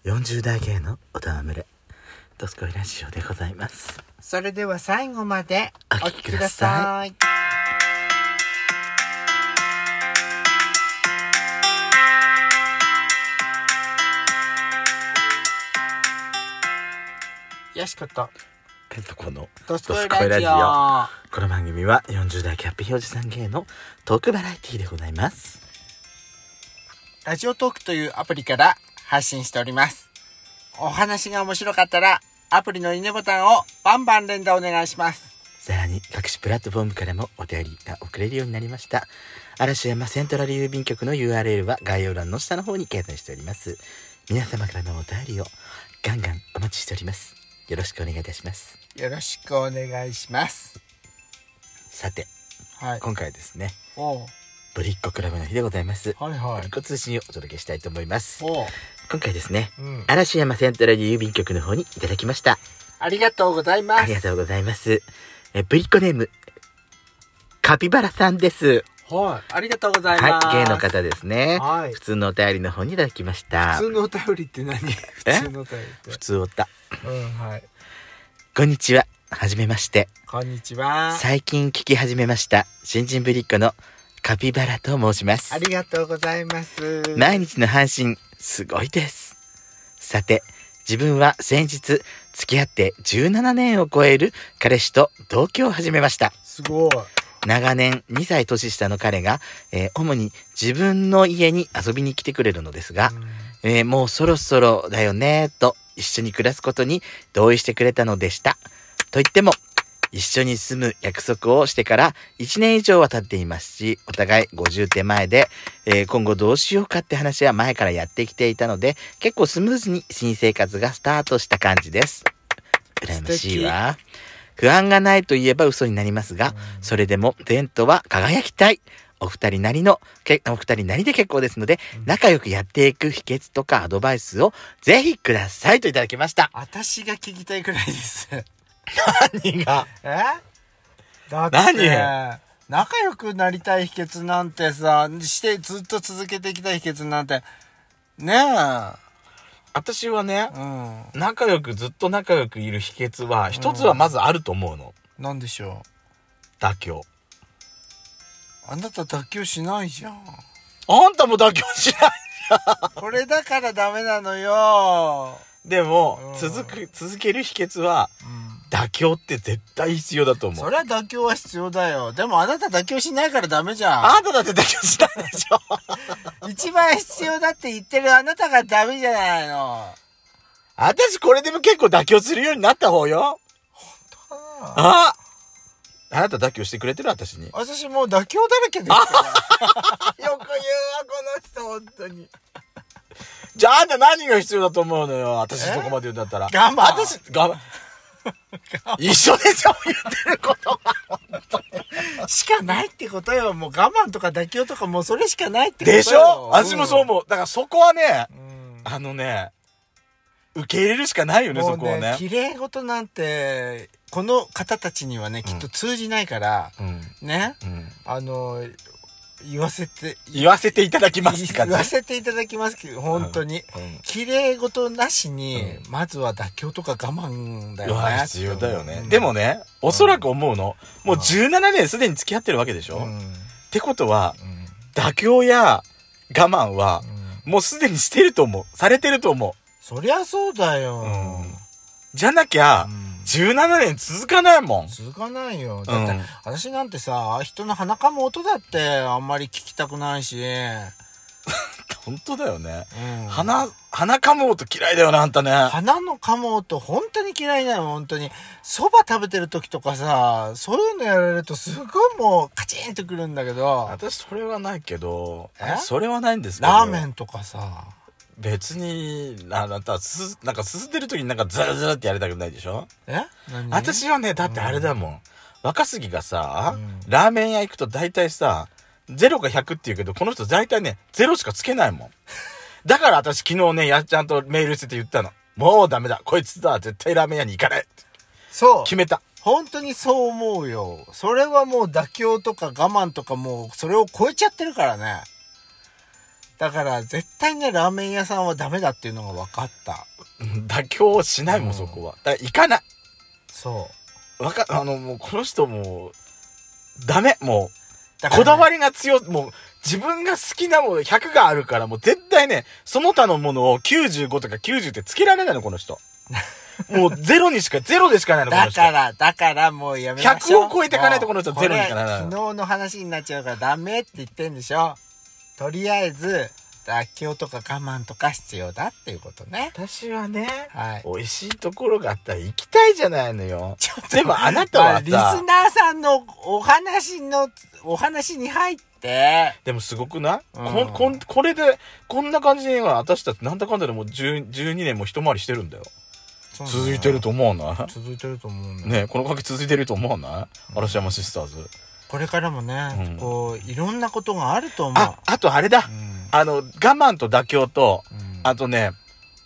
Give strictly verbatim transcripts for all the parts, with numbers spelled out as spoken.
よんじゅう代系のおたわむれドスコイラジオでございます。 それでは最後までお聞きください。 よしことペットコのドスコイドスコイラジラジオ。 オ。この番組はよんじゅう代キャッピーおじさん系のトークバラエティでございます。 ラジオトークというアプリから配信しております。お話が面白かったらアプリのいいねボタンをバンバン連打お願いします。 さらに各種プラットフォームからもお便りが送れるようになりました。嵐山セントラル郵便局の ユーアールエル は概要欄の下の方に掲載しております。皆様からのお便りをガンガンお待ちしております。よろしくお願いいたします。 よろしくお願いします。 さて、 はい。 今回ですね、 おうぶりっ子クラブの日でございます。 はいはいぶりっ子通信をお届けしたいと思います。 おう、 今回ですね、 うん、 嵐山セントラル郵便局の方にいただきました。 ありがとうございます。 ありがとうございます。えぶりっ子ネームカピバラさんです。 はい、ありがとうございます。 はい、芸の方ですね。 はい。 普通のお便りの方にいただきました。 普通のお便りって何？普通のお便りって。 普通おた。 うん、はい。 こんにちは。はじめまして。 こんにちは。 最近聞き始めました新人ぶりっ子のカピバラと申します。 ありがとうございます。 毎日の配信すごいです。さて、自分は先日付き合ってじゅうななねんを超える彼氏と同居を始めました。 すごい。 長年にさい年下の彼が、えー主に自分の家に遊びに来てくれるのですが、 うん、 えーもうそろそろだよねと一緒に暮らすことに同意してくれたのでした。と言っても一緒に住む約束をしてからいちねん以上は経っていますし、お互いごじゅう手前で、えー今後どうしようかって話は前からやってきていたので、結構スムーズに新生活がスタートした感じです。羨ましいわ。不安がないと言えば嘘になりますが、 うん、 それでも前途は輝きたい。お二人なりの、けお二人なりで結構ですので、 うん、 仲良くやっていく秘訣とかアドバイスをぜひくださいといただきました。 私が聞きたいくらいです。 何がえ？だって何？ 仲良くなりたい秘訣なんてさ、してずっと続けてきた秘訣なんてね私はね、 え、うん、 仲良くずっと仲良くいる秘訣は一つはまずあると思うの。 なんでしょう。 妥協。 あなた妥協しないじゃん。 あんたも妥協しない。 これだからダメなのよ。 でも、 うん、 続く、続ける秘訣は、 うん、 妥協って絶対必要だと思う。 そりゃ妥協は必要だよ。でもあなた妥協しないからダメじゃん。 あんただって妥協しないでしょ。 一番必要だって言ってるあなたがダメじゃないの。 私これでも結構妥協するようになった方よ。 本当だ。 ああなた妥協してくれてる私に。 私もう妥協だらけですから。 よく言うわ、この人、本当に。じゃああんた何が必要だと思うのよ。私そこまで言うんだったら。 我慢。 私、我慢。一緒でしょ、言ってることが。 しかないってことよ。もう我慢とか妥協とかもうそれしかないってことよ。 でしょ、私もそう思う。だからそこはね、 うん、 あのね、受け入れるしかないよね、 もうそこはね。 綺麗事なんて、この方たちにはね、きっと通じないから、 うん。 ね、 うん。 あの、言わせて、 言わせていただきますかね。 言わせていただきますけど、本当に。 うん。 綺麗事なしに、 うん、 まずは妥協とか我慢だよいや、 ね。 必要だよね。 うん、 でもね、おそらく思うの。もうじゅうななねんすでに付き合ってるわけでしょ、 うん、 ってことは、 うん、 妥協や我慢は、 うん、 もうすでにしてると思う。されてると思う。 そりゃそうだよ。 うん、じゃなきゃ、 うん、 じゅうななねん続かないもん。 続かないよ。だって、 うん、 私なんてさ、人の鼻かむ音だってあんまり聞きたくないし。 本当だよね。 うん、 鼻、鼻かむ音嫌いだよな、あんたね。 鼻の噛む音本当に嫌いなの、本当に。蕎麦食べてる時とかさ、そういうのやられるとすごいもうカチンとくるんだけど。 私それはないけど、 えそれはないんですけど。 ラーメンとかさ。 別に、あなた、す、なんかすすってる時になんかズルズルってやりたくないでしょ？ え？何？ 私はね、だってあれだもん。うん、若杉がさ、うん、ラーメン屋行くと大体さ、ゼロかひゃくって言うけど、この人大体ね、ゼロしかつけないもん。だから私昨日ね、やっちゃんとメールしてて言ったの。もうダメだ。こいつだ。絶対ラーメン屋に行かない。 そう。 決めた。 本当にそう思うよ。それはもう妥協とか我慢とかもうそれを超えちゃってるからね。 だから絶対ねラーメン屋さんはダメだっていうのが分かった。 妥協しないもん、うん、そこは。だから行かない。 そうわかあのもうこの人もうダメ、もうだ、ね、こだわりが強い。もう自分が好きなものひゃくがあるから、もう絶対ねその他のものをきゅうじゅうごとかきゅうじゅうってつけられないのこの人。もうゼロにしかゼロでしかないのこの人。 だからだからもうやめましょう。 ひゃくを超えていかないとこの人ゼロにしかならない。 昨日の話になっちゃうからダメって言ってんでしょ。とりあえず妥協とか我慢とか必要だっていうことね。 私はね、 はい、 美味しいところがあったら行きたいじゃないのよ。ちょっとでもあなたはさ、まあ、 リスナーさんのお話のお話に入ってでもすごくない、 うん、 こここれでこんな感じには私たちなんだかんだでもうじゅう、じゅうにねんも一回りしてるんだよ。ね、続いてると思わない？ 続いてると思うね。 ね、この鍵続いてると思わない？うん、嵐山シスターズ。 これからもね、うん、こういろんなことがあると思う。 あ、あとあれだ。うん、あの我慢と妥協と、うん、あとね、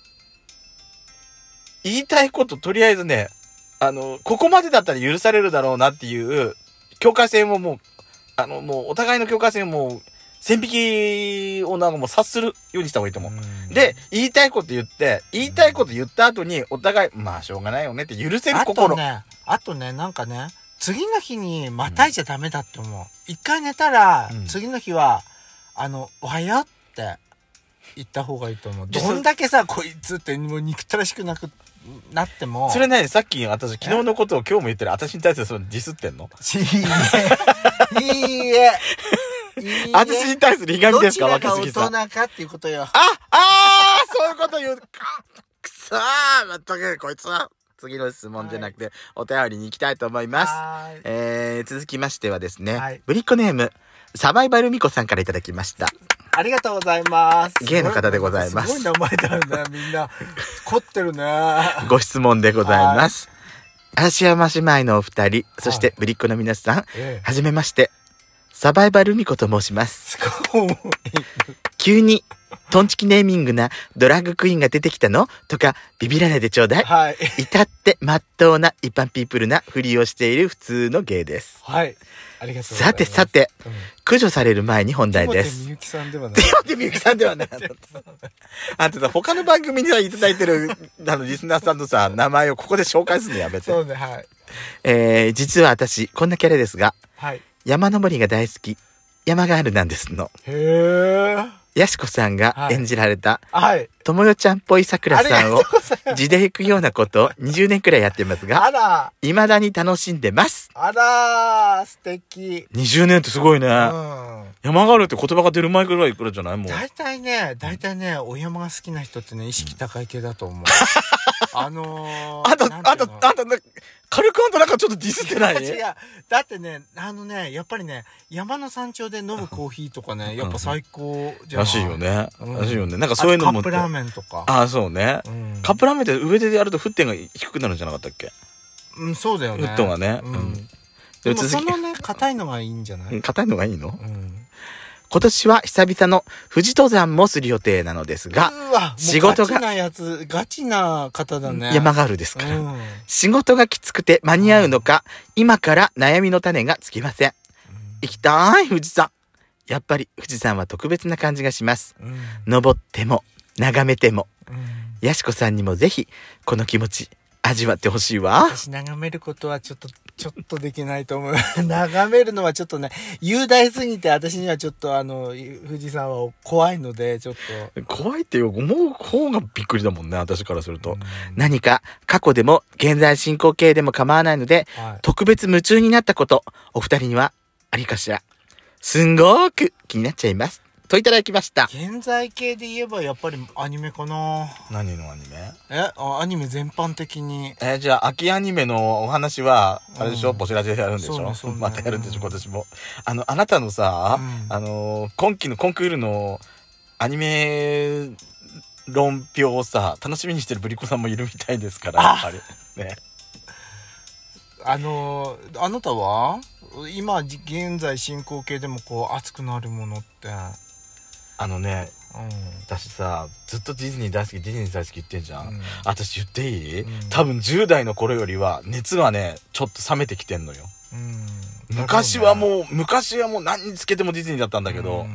言いたいこととりあえずね、あのここまでだったら許されるだろうなっていう境界線をもうあのもうお互いの境界線をもう線引きをなんかもう察するようにした方がいいと思う。うん、で、言いたいこと言って、言いたいこと言った後にお互い、まあしょうがないよねって許せる心。 あとね、あとね、なんかね、次の日にまたいちゃダメだって思う。一、うん、回寝たら、うん、次の日は、あの、おはようって言った方がいいと思う。どんだけさ、こいつってもう憎たらしくなくなっても。 それね、さっき私昨日のことを今日も言ってる、私に対してそれディスってんの？ いいえ。いいえ。 私に対するひがみですか、 若杉さん。どちらが大人かっていうことよ。 あ、あー、そういうこと言うか。くそー、まったくこいつは。次の質問じゃなくて、はい、お便りに行きたいと思います。えー、続きましてはですね、はい、ぶりっ子ネームサバイバルミコさんからいただきました。 ありがとうございます。 ゲイの方でございます。 すごい名前だよね、みんな凝ってるね。 ご質問でございます。嵐山姉妹のお二人、そしてぶりっ子の皆さん、ええ、はじめまして。サバイバルミコと申します。急にトンチキネーミングなドラッグクイーンが出てきたのとかビビらないでちょうだい。 はい。 至って真っ当な一般ピープルなふりをしている普通のゲイです。 はい。ありがとうございます。 さてさて、うん、駆除される前に本題です。 ティモテみゆきさんではない。 ティモテみゆきさんではない。あんたさ、他の番組にはいただいてるあのリスナーさんのさ名前をここで紹介するのやめて。 そうね、はい。 えー、実は私こんなキャラですが。 はい。 山登りが大好き山ガールなんですの。 へー。 やしこさんが演じられた、 はい、 ともよちゃんっぽいさくらさんを地で行くようなことをにじゅうねんくらいやってますが、 あら、 未だに楽しんでます。 あらー、素敵。 にじゅうねんってすごいね。うん、山ガールって言葉が出る前くらいくらいじゃない？もう。 大体ね、大体ね、お山が好きな人ってね、意識高い系だと思う。あのー、 あんた、あんた、あんた、軽くあんたなんかちょっとディスってない？ 違う。だってね、あのね、やっぱりね、山の山頂で飲むコーヒーとかね、やっぱ最高じゃない？ らしいよね。らしいよね。なんかそういうのも。 カップラーメンとか。 ああ、そうね、うん。カップラーメンって上でやると沸点が低くなるんじゃなかったっけ？ うん、そうだよね。 沸騰がね。 うん。うん、でもそのね、硬いのがいいんじゃない？ 硬いのがいいの？ うん。 今年は久々の富士登山もする予定なのですが、 うわ、仕事がガチなやつ、ガチな方だね。 山ガールですから、 うん、 仕事がきつくて間に合うのか、うん、今から悩みの種がつきません。うん、行きたい富士山。やっぱり富士山は特別な感じがします。うん、登っても眺めても、うん、やしこさんにもぜひこの気持ち味わってほしいわ。 私眺めることはちょっとちょっとできないと思う。眺めるのはちょっとね、雄大すぎて私にはちょっとあの富士山は怖いのでちょっと怖いって思う方がびっくりだもんね、私からすると。うん、何か過去でも現在進行形でも構わないので、はい、特別夢中になったことお二人にはありかしら。すんごく気になっちゃいますといただきました。 現在系で言えばやっぱりアニメかな。 何のアニメ？ え、アニメ全般的に。 え、じゃあ秋アニメのお話はあれでしょ、うん、ボシラジでやるんでしょ、ねね、またやるんでしょ、今年も。あのあなたのさ、うん、あの今期のコンクールのアニメ論評をさ楽しみにしてるブリコさんもいるみたいですから、やっぱりね。 あのあなたは今現在進行形でもこう熱くなるものって。 あのね、 うん、 私さずっとディズニー大好きディズニー大好き言ってんじゃん、うん、私言っていい、うん、多分じゅう代の頃よりは熱はねちょっと冷めてきてんのよ、 うん、 昔はもう昔はもう何につけてもディズニーだったんだけど、うん、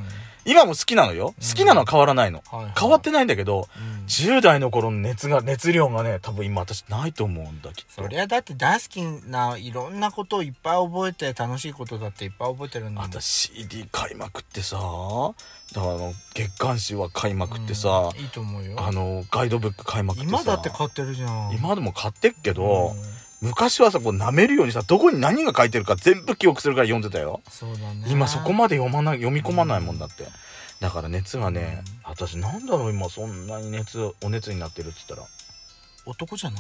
今も好きなのよ。好きなのは変わらないの。 はいはい、 変わってないんだけど、 うん、 じゅう代の頃の熱が、熱量がね、多分今私ないと思うんだ、きっと。 そりゃだって大好きないろんなことをいっぱい覚えて、楽しいことだっていっぱい覚えてるんだもん。 あと シーディー 買いまくってさ、だからあの、月刊誌は買いまくってさ、 うん、いいと思うよ。 あの、ガイドブック買いまくってさ。 今だって買ってるじゃん。 今でも買ってっけど、 うん、 昔はさ、こう舐めるようにさ、どこに何が書いてるか全部記憶するから読んでたよ。 そうだね。 今そこまで読まない、読み込まないもんだって。だから熱がね、うん、私なんだろう今そんなに熱、お熱になってるって言ったら。 男じゃない？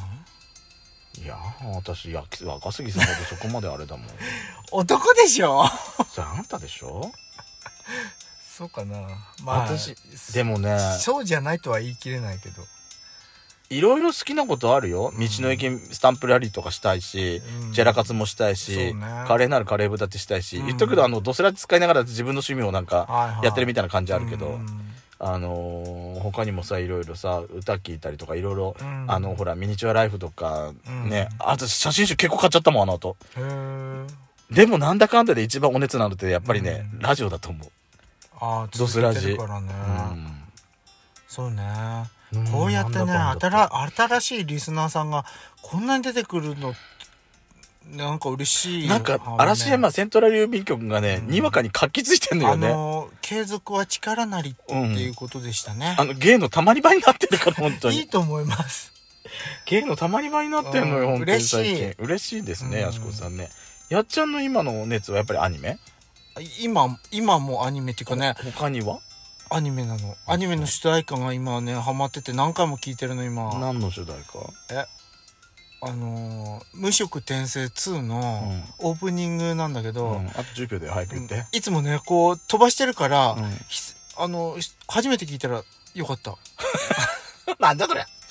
いや私、や若杉さんほどそこまであれだもん。 男でしょそれあんたでしょそうかな。まあ、 私、でもね。 そうじゃないとは言い切れないけど。 いろいろ好きなことあるよ。道の駅スタンプラリーとかしたいし、うん、ジェラカツもしたいし、ね、カレーなるカレー豚ってしたいし、うん、言っとくけど、あの、ドスラジ使いながら自分の趣味をなんか、やってるみたいな感じあるけど、はいはい、あのー、他にもさ、いろいろさ、歌聴いたりとか、いろいろ、うん、あの、ほら、ミニチュアライフとか、ね、うん、あと写真集結構買っちゃったもん、あの後。 へー。 でも、なんだかんだで一番お熱なのって、やっぱりね、うん、ラジオだと思う。 ああ、 ドスラジ。 続けてるからね。うん、そうね。こうやってね、新、新しいリスナーさんがこんなに出てくるの、なんか嬉しい。 なんか、嵐山セントラル郵便局がね、うん、にわかに活気づいてんのよね。 あの、継続は力なりっていうことでしたね。 うん、あの、芸のたまり場になってるから、本当に。 いいと思います。 芸のたまり場になってるのよ、うん、本当に最近。 嬉しい。 嬉しいですね、やしこさんね。やっちゃんの今の熱はやっぱりアニメ？ 今、今もアニメっていうかね。 他には？ アニメなの。アニメの主題歌が今ね、ハマってて何回も聴いてるの、今。 何の主題歌？ え、あのー、無色転生ツーのオープニングなんだけど、うん、 あとじゅうびょうで早く言って、うん、 いつもね、こう、飛ばしてるから、うん、あの、初めて聞いたらよかった。 なんだこれ